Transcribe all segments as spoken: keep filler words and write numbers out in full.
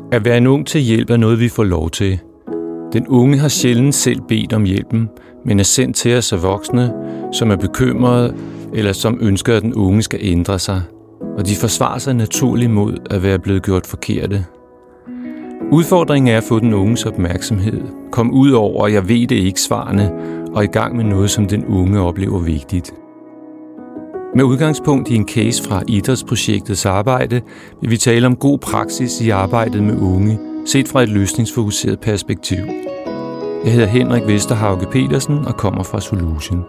At være en ung til hjælp er noget, vi får lov til. Den unge har sjældent selv bedt om hjælpen, men er sendt til os af voksne, som er bekymrede eller som ønsker, at den unge skal ændre sig. Og de forsvarer sig naturligt mod at være blevet gjort forkerte. Udfordringen er at få den unges opmærksomhed, komme ud over, jeg ved det ikke svarene, og i gang med noget, som den unge oplever vigtigt. Med udgangspunkt i en case fra idrætsprojektets arbejde, vil vi tale om god praksis i arbejdet med unge, set fra et løsningsfokuseret perspektiv. Jeg hedder Henrik Vesterhauge Petersen og kommer fra Solution.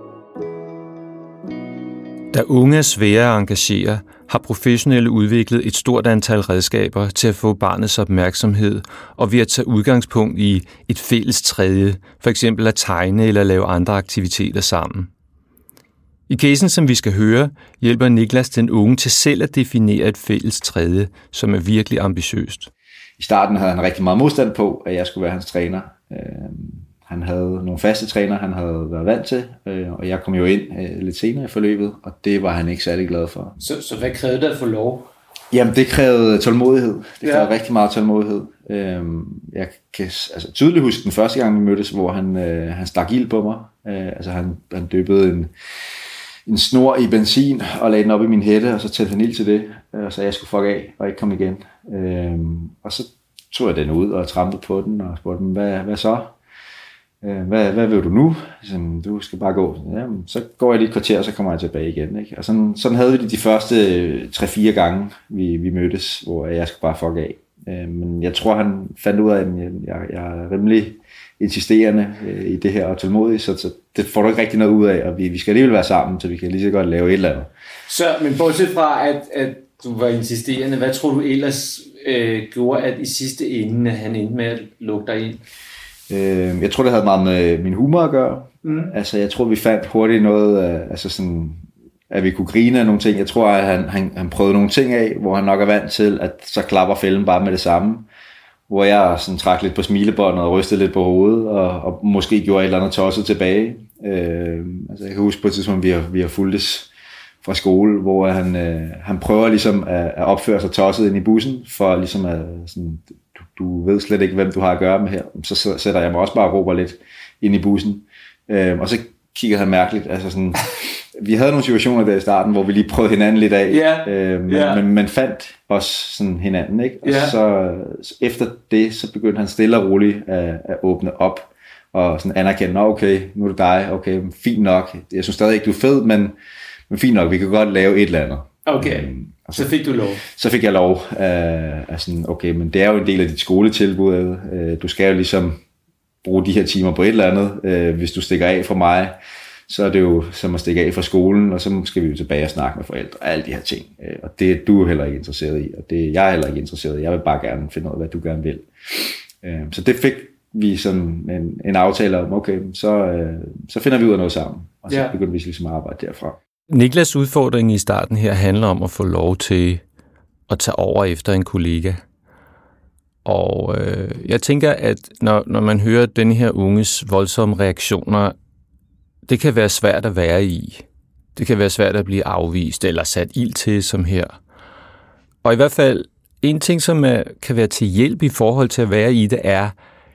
Da unge er svære at engagere, har professionelle udviklet et stort antal redskaber til at få barnets opmærksomhed og ved at tage udgangspunkt i et fælles tredje, for eksempel at tegne eller lave andre aktiviteter sammen. I casen, som vi skal høre, hjælper Niklas den unge til selv at definere et fælles tredje, som er virkelig ambitiøst. I starten havde han rigtig meget modstand på, at jeg skulle være hans træner. Han havde nogle faste træner, han havde været vant til, og jeg kom jo ind lidt senere i forløbet, og det var han ikke særlig glad for. Så, så hvad krævede det at få lov? Jamen, det krævede tålmodighed. Det krævede ja. rigtig meget tålmodighed. Jeg kan altså, tydeligt huske den første gang, vi mødtes, hvor han, han stak ild på mig. Altså, han, han dyppede en, en snor i benzin og lagde den op i min hætte, og så tændte han ild til det, og så jeg skulle fuck af og ikke komme igen. Og så tog jeg den ud og trampede på den og spurgte dem, hvad, hvad så? Hvad, hvad vil du nu? Sådan, du skal bare gå. Jamen, så går jeg lige et kvarter, og så kommer jeg tilbage igen. Ikke? Og sådan, sådan havde vi det de første tre fire gange, vi, vi mødtes, hvor jeg skulle bare fuck af. Men jeg tror, han fandt ud af, at jeg, jeg er rimelig insisterende i det her og tålmodig, så, så det får du ikke rigtig noget ud af, og vi, vi skal alligevel være sammen, så vi kan lige så godt lave et eller andet. Så, men bortset fra, at, at du var insisterende, hvad tror du ellers øh, gjorde, at i sidste ende, han endte med at lukke dig ind? Øh, jeg tror, det havde meget med min humor at gøre. Mm. Altså, jeg tror, vi fandt hurtigt noget, altså sådan, at vi kunne grine af nogle ting. Jeg tror, at han, han, han prøvede nogle ting af, hvor han nok er vant til, at så klapper fælden bare med det samme. Hvor jeg sådan trak lidt på smilebåndet og rystede lidt på hovedet, og, og måske gjorde et eller andet tosset tilbage. Øh, altså, jeg kan huske på et tidspunkt, vi har, vi har fulgtes fra skole, hvor han, øh, han prøver ligesom at, at opføre sig tosset ind i bussen, for ligesom at sådan, du, du ved slet ikke, hvem du har at gøre med her. Så sætter jeg mig også bare og råber lidt ind i bussen. Øh, og så kigger han mærkeligt. Altså sådan, vi havde nogle situationer der i starten, hvor vi lige prøvede hinanden lidt af, yeah. øh, men, yeah. men, men fandt også sådan hinanden, ikke? Og yeah. så, så efter det, så begyndte han stille og roligt at, at åbne op og sådan anerkende, okay, nu er det dig, okay, fint nok. Jeg synes stadig ikke, du er fed, men, men fint nok, vi kan godt lave et eller andet. Okay, øhm, så, så fik du lov. Så fik jeg lov øh, at sådan, okay, men det er jo en del af dit skoletilbud. Øh, du skal jo ligesom bruge de her timer på et eller andet. Øh, hvis du stikker af fra mig, så er det jo som at stikke af fra skolen, og så skal vi jo tilbage og snakke med forældre og alle de her ting. Øh, og det er du heller ikke interesseret i, og det er jeg heller ikke interesseret i. Jeg vil bare gerne finde ud af, hvad du gerne vil. Øh, så det fik vi sådan en, en aftale om, okay, så, øh, så finder vi ud af noget sammen, og så ja. begynder vi ligesom at arbejde derfra. Niklas' udfordring i starten her handler om at få lov til at tage over efter en kollega. Og øh, jeg tænker, at når, når man hører den her unges voldsomme reaktioner, det kan være svært at være i. Det kan være svært at blive afvist eller sat ild til, som her. Og i hvert fald, en ting, som er, kan være til hjælp i forhold til at være i det, er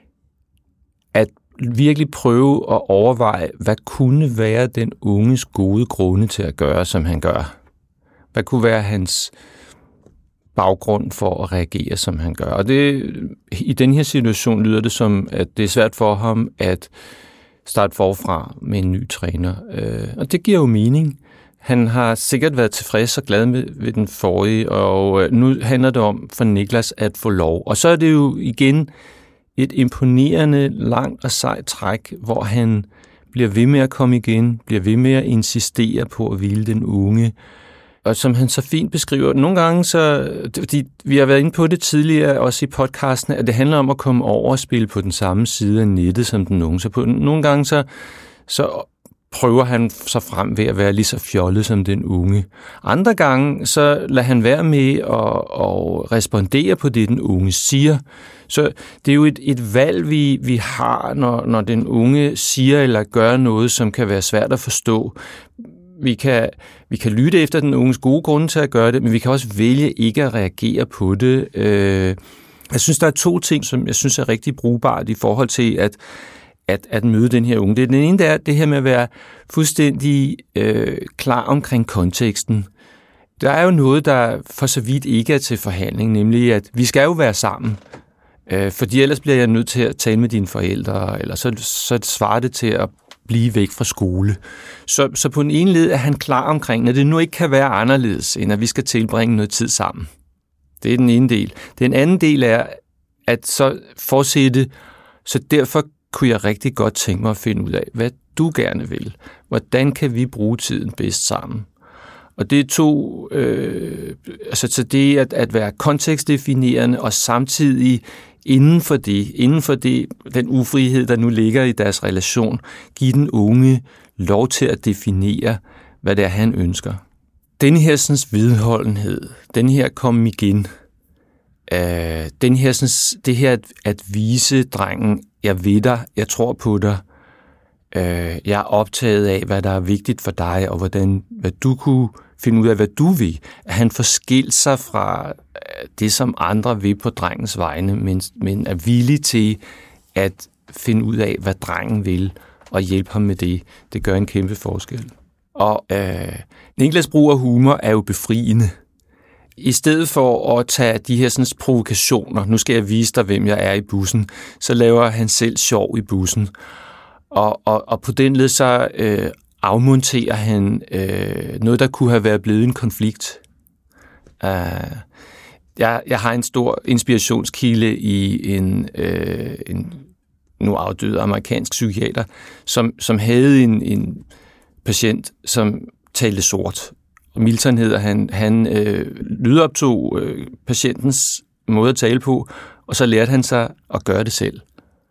at virkelig prøve at overveje, hvad kunne være den unges gode grunde til at gøre, som han gør. Hvad kunne være hans baggrund for at reagere, som han gør. Og det, i den her situation lyder det som, at det er svært for ham at starte forfra med en ny træner. Og det giver jo mening. Han har sikkert været tilfreds og glad med ved den forrige, og nu handler det om for Niklas at få lov. Og så er det jo igen et imponerende, langt og sejt træk, hvor han bliver ved med at komme igen, bliver ved med at insistere på at hvile den unge. Og som han så fint beskriver, nogle gange så, fordi vi har været inde på det tidligere, også i podcasten, at det handler om at komme over og spille på den samme side af nettet som den unge. Så på nogle gange så, så prøver han så frem ved at være lige så fjollet som den unge. Andre gange så lader han være med at, at respondere på det, den unge siger. Så det er jo et, et valg, vi, vi har, når, når den unge siger eller gør noget, som kan være svært at forstå. Vi kan, vi kan lytte efter den unges gode grunde til at gøre det, men vi kan også vælge ikke at reagere på det. Øh, Jeg synes, der er to ting, som jeg synes er rigtig brugbart i forhold til at, at, at møde den her unge. Det den ene, der er det her med at være fuldstændig øh, klar omkring konteksten. Der er jo noget, der for så vidt ikke er til forhandling, nemlig at vi skal jo være sammen. Øh, fordi ellers bliver jeg nødt til at tale med dine forældre, eller så, så svarer det til at blive væk fra skole. Så, så på den ene led er han klar omkring, at det nu ikke kan være anderledes, end at vi skal tilbringe noget tid sammen. Det er den ene del. Den anden del er at så fortsætte, så derfor kunne jeg rigtig godt tænke mig at finde ud af, hvad du gerne vil. Hvordan kan vi bruge tiden bedst sammen? Og det er to, øh, altså så det at, at være kontekstdefinerende og samtidig inden for det, inden for det, den ufrihed, der nu ligger i deres relation, give den unge lov til at definere, hvad det er, han ønsker. Den her sådan, vedholdenhed, den her komme igen, øh, den her, sådan, det her at, at vise drengen, jeg ved dig, jeg tror på dig, øh, jeg er optaget af, hvad der er vigtigt for dig, og hvordan, hvad du kunne finde ud af, hvad du vil. At han forskilte sig fra det, som andre vil på drengens vegne, men, men er villig til at finde ud af, hvad drengen vil, og hjælpe ham med det. Det gør en kæmpe forskel. Og øh, Niklas brug af humor er jo befriende. I stedet for at tage de her sådan, provokationer, nu skal jeg vise dig, hvem jeg er i bussen, så laver han selv sjov i bussen. Og, og, og på den led så øh, afmonterer han øh, noget, der kunne have været blevet en konflikt. Uh, jeg, jeg har en stor inspirationskilde i en, øh, en nu afdød amerikansk psykiater, som, som havde en, en patient, som talte sort. Og Milton hedder han. Han øh, lydoptog øh, patientens måde at tale på, og så lærte han sig at gøre det selv.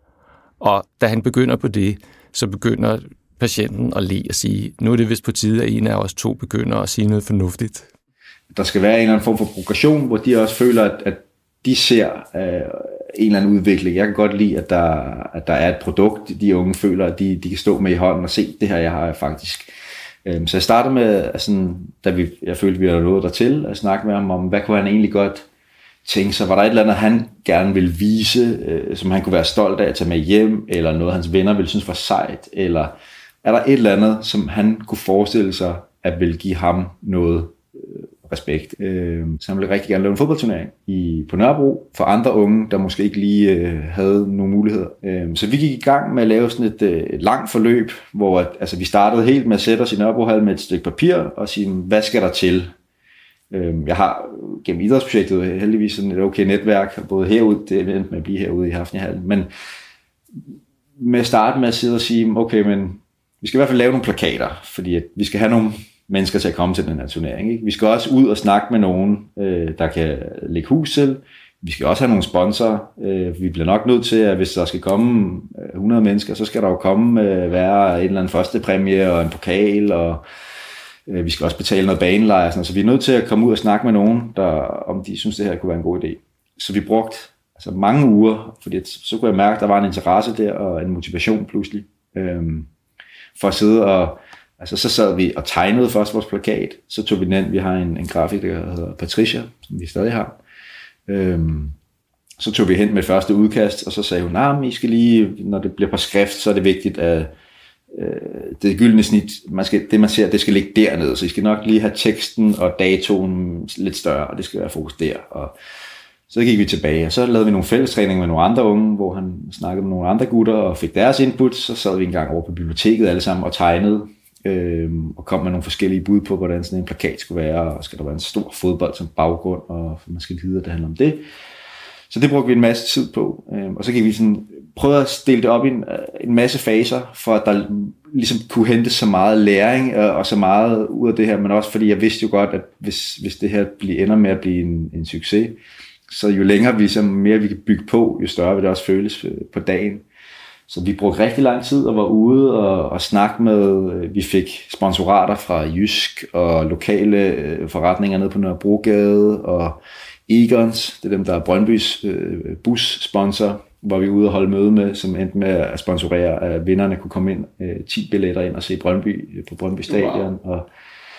Og da han begynder på det, så begynder patienten at le og sige, nu er det vist på tide, at en af os to begynder at sige noget fornuftigt. Der skal være en eller anden form for progression, hvor de også føler, at, at de ser øh, en eller anden udvikling. Jeg kan godt lide, at der, at der er et produkt, de unge føler, at de, de kan stå med i hånden og se, det her jeg har faktisk. Øh, så jeg startede med, sådan, da vi, jeg følte, vi havde nået dertil, at snakke med ham om, hvad kunne han egentlig godt tænke sig? Var der et eller andet, han gerne ville vise, øh, som han kunne være stolt af at tage med hjem, eller noget, hans venner ville synes var sejt, eller er der et eller andet, som han kunne forestille sig, at ville give ham noget øh, respekt? Øh, så han ville rigtig gerne lave en fodboldturnering i, på Nørrebro for andre unge, der måske ikke lige øh, havde nogle muligheder. Øh, så vi gik i gang med at lave sådan et, øh, et langt forløb, hvor at, altså, vi startede helt med at sætte os i Nørrebrohallen med et stykke papir og sige, hvad skal der til? Øh, jeg har gennem idrætsprojektet heldigvis sådan et okay netværk, både herude, det endte med at blive herude i Hafnihallen, men med at starte med at sidde og sige, okay, men vi skal i hvert fald lave nogle plakater, fordi at vi skal have nogle mennesker til at komme til den her turnering. Ikke? Vi skal også ud og snakke med nogen, øh, der kan lægge hus til. Vi skal også have nogle sponsorer. Øh, vi bliver nok nødt til, at hvis der skal komme hundrede mennesker, så skal der jo komme øh, være en eller anden første præmie og en pokal, og øh, vi skal også betale noget banelejr. Så vi er nødt til at komme ud og snakke med nogen, der, om de synes, det her kunne være en god idé. Så vi brugte altså, mange uger, fordi så kunne jeg mærke, at der var en interesse der og en motivation pludselig. Øh, for at sidde og, altså så sad vi og tegnede først vores plakat, så tog vi den ind, vi har en, en grafiker, der hedder Patricia, som vi stadig har, øhm, så tog vi hen med første udkast, og så sagde hun, nej, nah, I skal lige, når det bliver på skrift, så er det vigtigt, at øh, det gyldne snit, man skal, det man ser, det skal ligge dernede, så I skal nok lige have teksten og datoen lidt større, og det skal være fokus der, og så gik vi tilbage, og så lavede vi nogle fællestræninger med nogle andre unge, hvor han snakkede med nogle andre gutter og fik deres input. Så sad vi en gang over på biblioteket alle sammen og tegnede, øh, og kom med nogle forskellige bud på, hvordan sådan en plakat skulle være, og skal der være en stor fodbold som baggrund, og man skal vide, at det handler om det. Så det brugte vi en masse tid på, øh, og så gik vi sådan, prøvede at stille det op i en, en masse faser, for at der ligesom kunne hentes så meget læring og, og så meget ud af det her, men også fordi jeg vidste jo godt, at hvis, hvis det her ender med at blive en, en succes, så jo længere vi, så mere vi kan bygge på, jo større vil det også føles på dagen. Så vi brugte rigtig lang tid og var ude og, og snakke med, vi fik sponsorater fra Jysk og lokale forretninger nede på Nørrebrogade og Egons, det er dem, der er Brøndbys øh, bussponsor, hvor vi ude og holde møde med, som endte med at sponsorere, at vinderne kunne komme ind, øh, ti billetter ind og se Brøndby på Brøndby Stadion. Wow. Og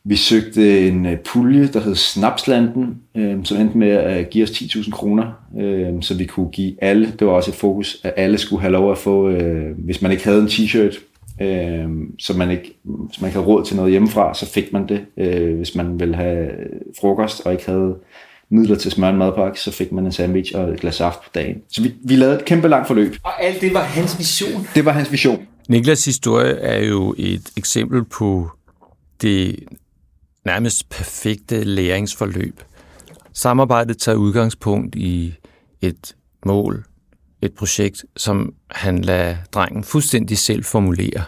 Vi søgte en pulje, der hed Snapslanden, øh, som endte med at give os ti tusind kroner, øh, så vi kunne give alle, det var også et fokus, at alle skulle have lov at få, øh, hvis man ikke havde en t-shirt, øh, så man ikke, hvis man ikke havde råd til noget hjemmefra, så fik man det. Øh, hvis man ville have frokost og ikke havde midler til at smøre en madpakke, så fik man en sandwich og et glas saft på dagen. Så vi, vi lavede et kæmpe langt forløb. Og alt det var hans vision? Det var hans vision. Niklas' historie er jo et eksempel på det nærmest perfekte læringsforløb. Samarbejdet tager udgangspunkt i et mål, et projekt, som han lader drengen fuldstændig selv formulere.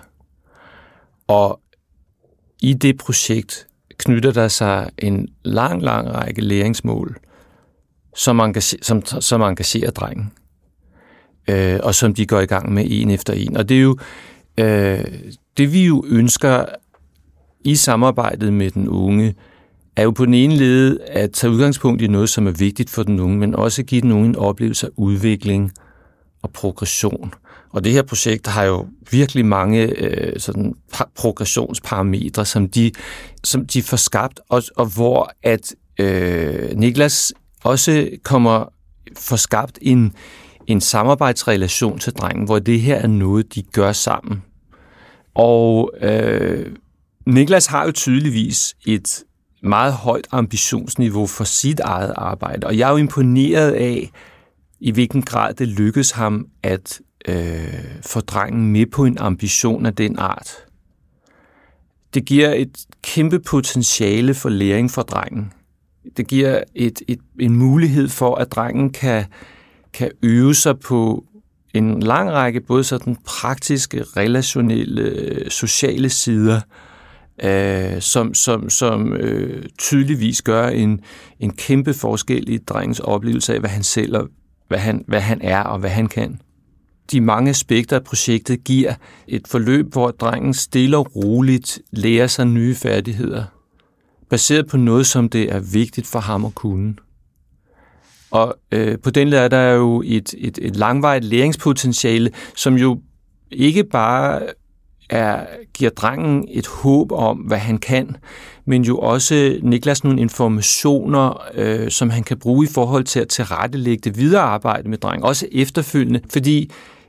Og i det projekt knytter der sig en lang, lang række læringsmål, som, engager, som, som engagerer drengen, øh, og som de går i gang med en efter en. Og det er jo øh, det, vi jo ønsker i samarbejdet med den unge, er jo på den ene led at tage udgangspunkt i noget, som er vigtigt for den unge, men også give den unge en oplevelse af udvikling og progression. Og det her projekt har jo virkelig mange øh, sådan progressionsparametre, som de, som de får skabt, og, og hvor at øh, Niklas også kommer får skabt en, en samarbejdsrelation til drengen, hvor det her er noget, de gør sammen. Og øh, Niklas har jo tydeligvis et meget højt ambitionsniveau for sit eget arbejde, og jeg er jo imponeret af, i hvilken grad det lykkedes ham at øh, få drengen med på en ambition af den art. Det giver et kæmpe potentiale for læring for drengen. Det giver et, et, en mulighed for, at drengen kan, kan øve sig på en lang række både sådan praktiske, relationelle, sociale sider, øh, som, som, som øh, tydeligvis gør en, en kæmpe forskel i drengens oplevelse af, hvad han selv og hvad han, hvad han er og hvad han kan. De mange aspekter af projektet giver et forløb, hvor drengen stille og roligt lærer sig nye færdigheder, baseret på noget, som det er vigtigt for ham at kunne. Og øh, på den led er der jo et, et, et langvarigt læringspotentiale, som jo ikke bare er, giver drengen et håb om, hvad han kan, men jo også Niklas nogle informationer, øh, som han kan bruge i forhold til at tilrettelægge det videre arbejde med drengen, også efterfølgende, fordi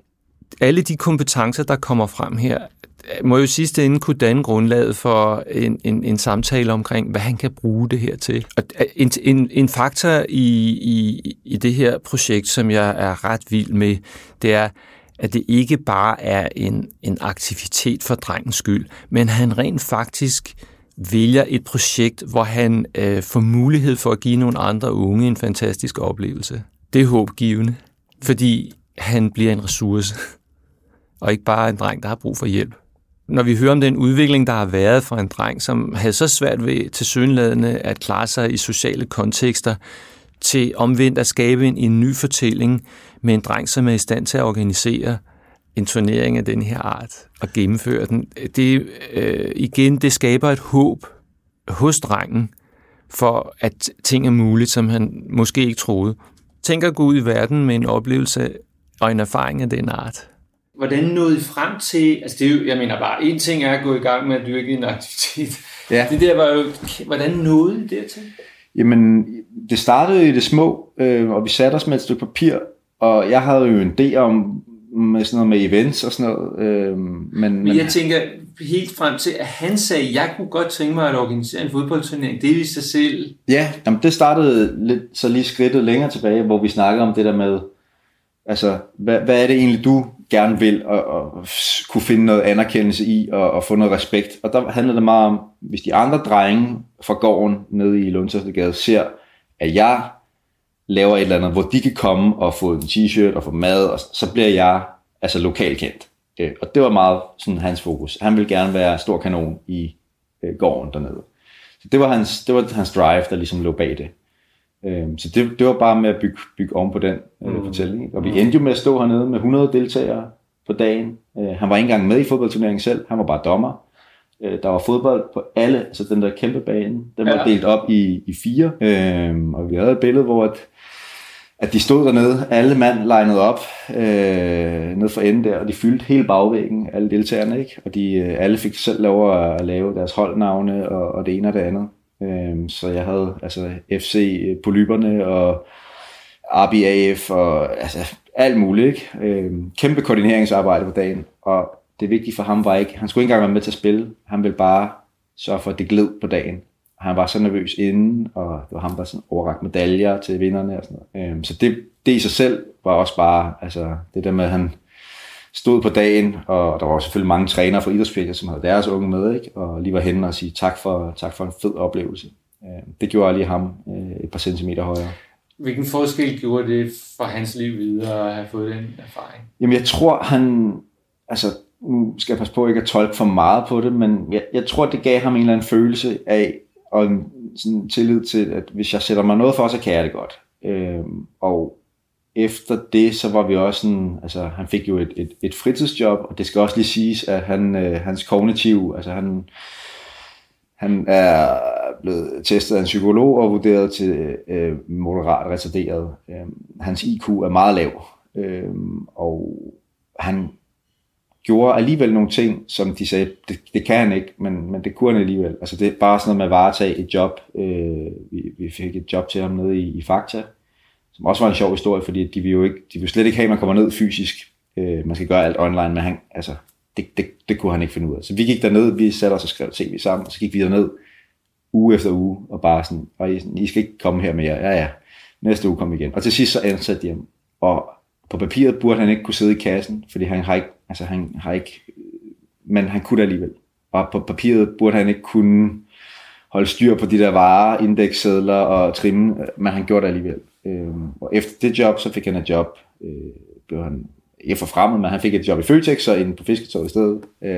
alle de kompetencer, der kommer frem her, må jo sidste ende kunne danne grundlaget for en, en, en samtale omkring, hvad han kan bruge det her til. Og en, en, en faktor i, i, i det her projekt, som jeg er ret vild med, det er, at det ikke bare er en, en aktivitet for drengens skyld, men han rent faktisk vælger et projekt, hvor han øh, får mulighed for at give nogle andre unge en fantastisk oplevelse. Det er håbgivende, fordi han bliver en ressource, og ikke bare en dreng, der har brug for hjælp. Når vi hører om den udvikling, der har været for en dreng, som havde så svært ved tilsyneladende at klare sig i sociale kontekster, til omvendt at skabe en, en ny fortælling med en dreng, som er i stand til at organisere en turnering af den her art og gennemføre den. Det, øh, igen, det skaber et håb hos drengen for, at ting er muligt, som han måske ikke troede. Tænk at gå ud i verden med en oplevelse og en erfaring af den art. Hvordan nåede I frem til, altså det er jo, jeg mener bare, en ting er at gå i gang med at dyrke en aktivitet. Ja. Det der var jo, hvordan nåede I dertil? Jamen, det startede i det små, øh, og vi satte os med et stykke papir, og jeg havde jo en idé om med sådan noget med events og sådan noget. Øh, men, men jeg men, tænker helt frem til, at han sagde, at jeg kunne godt tænke mig at organisere en fodboldturnering. Det er i sig selv. Ja, jamen det startede lidt, så lige skridtet længere tilbage, hvor vi snakkede om det der med, altså, hvad, hvad er det egentlig, du gerne vil, og, og kunne finde noget anerkendelse i, og, og få noget respekt. Og der handlede det meget om, hvis de andre drenge fra gården nede i Lundtoftegade ser, at jeg laver et eller andet, hvor de kan komme og få en t-shirt og få mad, og så bliver jeg altså lokalkendt. Og det var meget sådan hans fokus. Han ville gerne være stor kanon i gården dernede. Så det var hans, det var hans drive, der ligesom lå bag det. Så det, det var bare med at bygge, bygge oven på den øh, mm. fortælling. Og vi endte jo med at stå hernede med hundrede deltagere på dagen. Øh, han var ikke engang med i fodboldturneringen selv, han var bare dommer. Øh, der var fodbold på alle, altså den der kæmpe bane, den var ja. delt op i, i fire. Øh, og vi havde et billede, hvor at, at de stod dernede, alle mand linet op øh, ned for enden der, og de fyldte hele bagvæggen, alle deltagerne, ikke? Og de øh, alle fik selv lov at, at lave deres holdnavne og, og det ene og det andet. Øh, så jeg havde altså F C Polyperne og R B A F og altså alt muligt, ikke? Øh, kæmpe koordineringsarbejde på dagen, og det vigtige for ham var ikke, han skulle ikke engang være med til at spille, han ville bare sørge for, at det gled på dagen. Han var så nervøs inden, og det var ham, der sådan overrakte medaljer til vinderne og sådan noget. Øhm, så det, det i sig selv var også bare, altså det der med, at han stod på dagen, og der var selvfølgelig mange trænere fra idrætsprojekter, som havde deres unge med, ikke? Og lige var henne og sige tak for, tak for en fed oplevelse. Øhm, det gjorde lige ham øh, et par centimeter højere. Hvilken forskel gjorde det for hans liv videre at have fået den erfaring? Jamen jeg tror, han, altså nu skal jeg passe på ikke at tolke for meget på det, men jeg, jeg tror, det gav ham en eller anden følelse af, og en sådan tillid til, at hvis jeg sætter mig noget for, så kan jeg det godt. Øhm, og efter det, så var vi også sådan, altså han fik jo et, et, et fritidsjob, og det skal også lige siges, at han, øh, hans kognitiv, altså han, han er blevet testet af en psykolog og vurderet til øh, moderat retarderet. Øhm, hans I Q er meget lav, øhm, og han gjorde alligevel nogle ting, som de sagde, det, det kan han ikke, men, men det kunne han alligevel. Altså det er bare sådan noget med at varetage et job. Øh, vi, vi fik et job til ham nede i, i Fakta, som også var en sjov historie, fordi de vil jo ikke, de vil slet ikke have, at man kommer ned fysisk. Øh, man skal gøre alt online, men han, altså, det, det, det kunne han ikke finde ud af. Så vi gik derned, vi satte os og skrev T V sammen, og så gik vi derned uge efter uge, og bare sådan, og I, I skal ikke komme her mere. Ja, ja, næste uge kom vi igen. Og til sidst så ansatte de ham. Og på papiret burde han ikke kunne sidde i kassen, fordi han har ikke, altså han har ikke, men han kunne det alligevel. Og på papiret burde han ikke kunne holde styr på de der varer, indekssedler og trimme, men han gjorde det alligevel. Og efter det job, så fik han et job, blev han ikke forfremmet, men han fik et job i Føtex, så inde på Fisketorvet i stedet.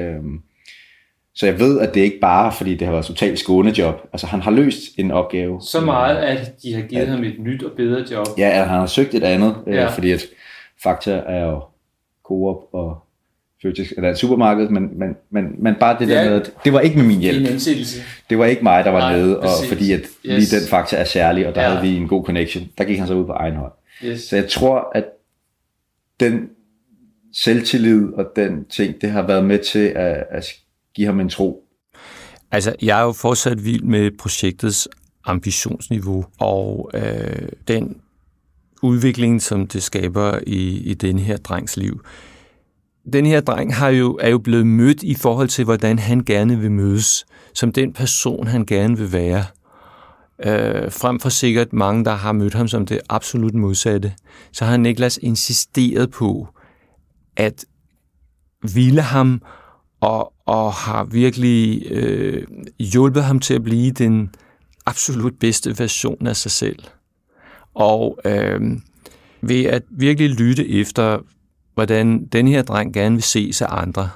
Så jeg ved, at det ikke bare, fordi det har været et totalt skånejob. Altså han har løst en opgave. Så meget, at de har givet at, ham et nyt og bedre job. Ja, at han har søgt et andet, ja. øh, fordi at Fakta er jo Coop og Føtex, eller et supermarked, men, men, men, men bare det ja, der med, at det var ikke med min hjælp. En ansættelse. Det var ikke mig, der var Nej, nede, og præcis. Fordi at yes. lige den Fakta er særlig, og der ja. havde vi en god connection. Der gik han så ud på egen hånd. Yes. Så jeg tror, at den selvtillid og den ting, det har været med til at, at give ham en tro. Altså, jeg er jo fortsat vild med projektets ambitionsniveau, og øh, den udvikling, som det skaber i, i den her drengs liv. Den her dreng har jo, er jo blevet mødt i forhold til, hvordan han gerne vil mødes, som den person, han gerne vil være. Øh, frem for sikkert mange, der har mødt ham som det absolut modsatte, så har Niklas insisteret på at ville ham, og, og har virkelig øh, hjulpet ham til at blive den absolut bedste version af sig selv. Og øh, ved at virkelig lytte efter, hvordan den her dreng gerne vil ses af andre.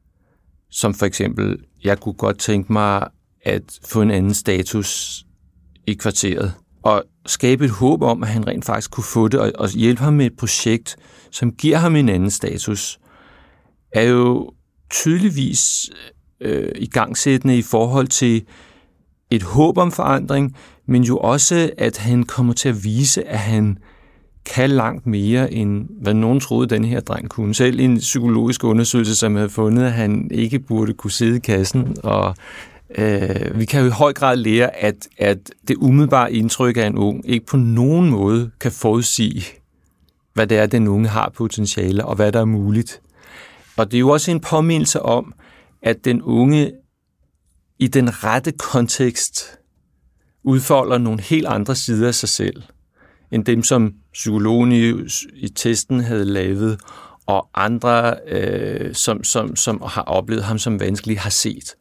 Som for eksempel, jeg kunne godt tænke mig at få en anden status i kvarteret. Og skabe et håb om, at han rent faktisk kunne få det, og, og hjælpe ham med et projekt, som giver ham en anden status, er jo tydeligvis øh, igangsættende i forhold til et håb om forandring, men jo også, at han kommer til at vise, at han kan langt mere, end hvad nogen troede, den her dreng kunne. Selv en psykologisk undersøgelse, som havde fundet, at han ikke burde kunne sidde i kassen. Og øh, vi kan jo i høj grad lære, at, at det umiddelbare indtryk af en ung ikke på nogen måde kan forudsige, hvad det er, den unge har potentiale, og hvad der er muligt. Og det er jo også en påmindelse om, at den unge i den rette kontekst udfolder nogle helt andre sider af sig selv, end dem, som psykologen i, i testen havde lavet, og andre, øh, som, som, som har oplevet ham som vanskelig, har set.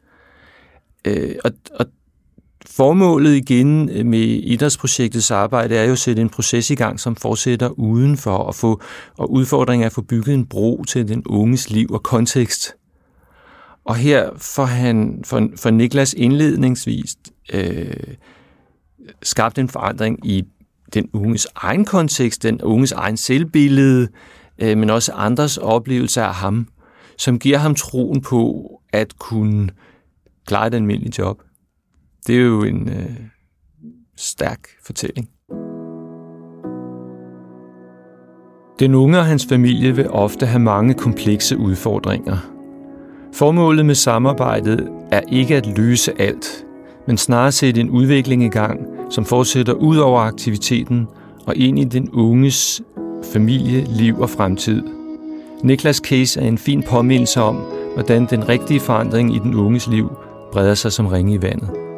Øh, og, og formålet igen med idrætsprojektets arbejde er jo at sætte en proces i gang, som fortsætter udenfor, at få, og udfordringen er at få bygget en bro til den unges liv og kontekst. Og her får han for, for Niklas indledningsvis øh, skabt en forandring i den unges egen kontekst, den unges egen selvbillede, øh, men også andres oplevelser af ham, som giver ham troen på at kunne klare et almindeligt job. Det er jo en øh, stærk fortælling. Den unge og hans familie vil ofte have mange komplekse udfordringer. Formålet med samarbejdet er ikke at løse alt, men snarere sætte en udvikling i gang, som fortsætter ud over aktiviteten og ind i den unges familie, liv og fremtid. Niklas' case er en fin påmindelse om, hvordan den rigtige forandring i den unges liv breder sig som ringe i vandet.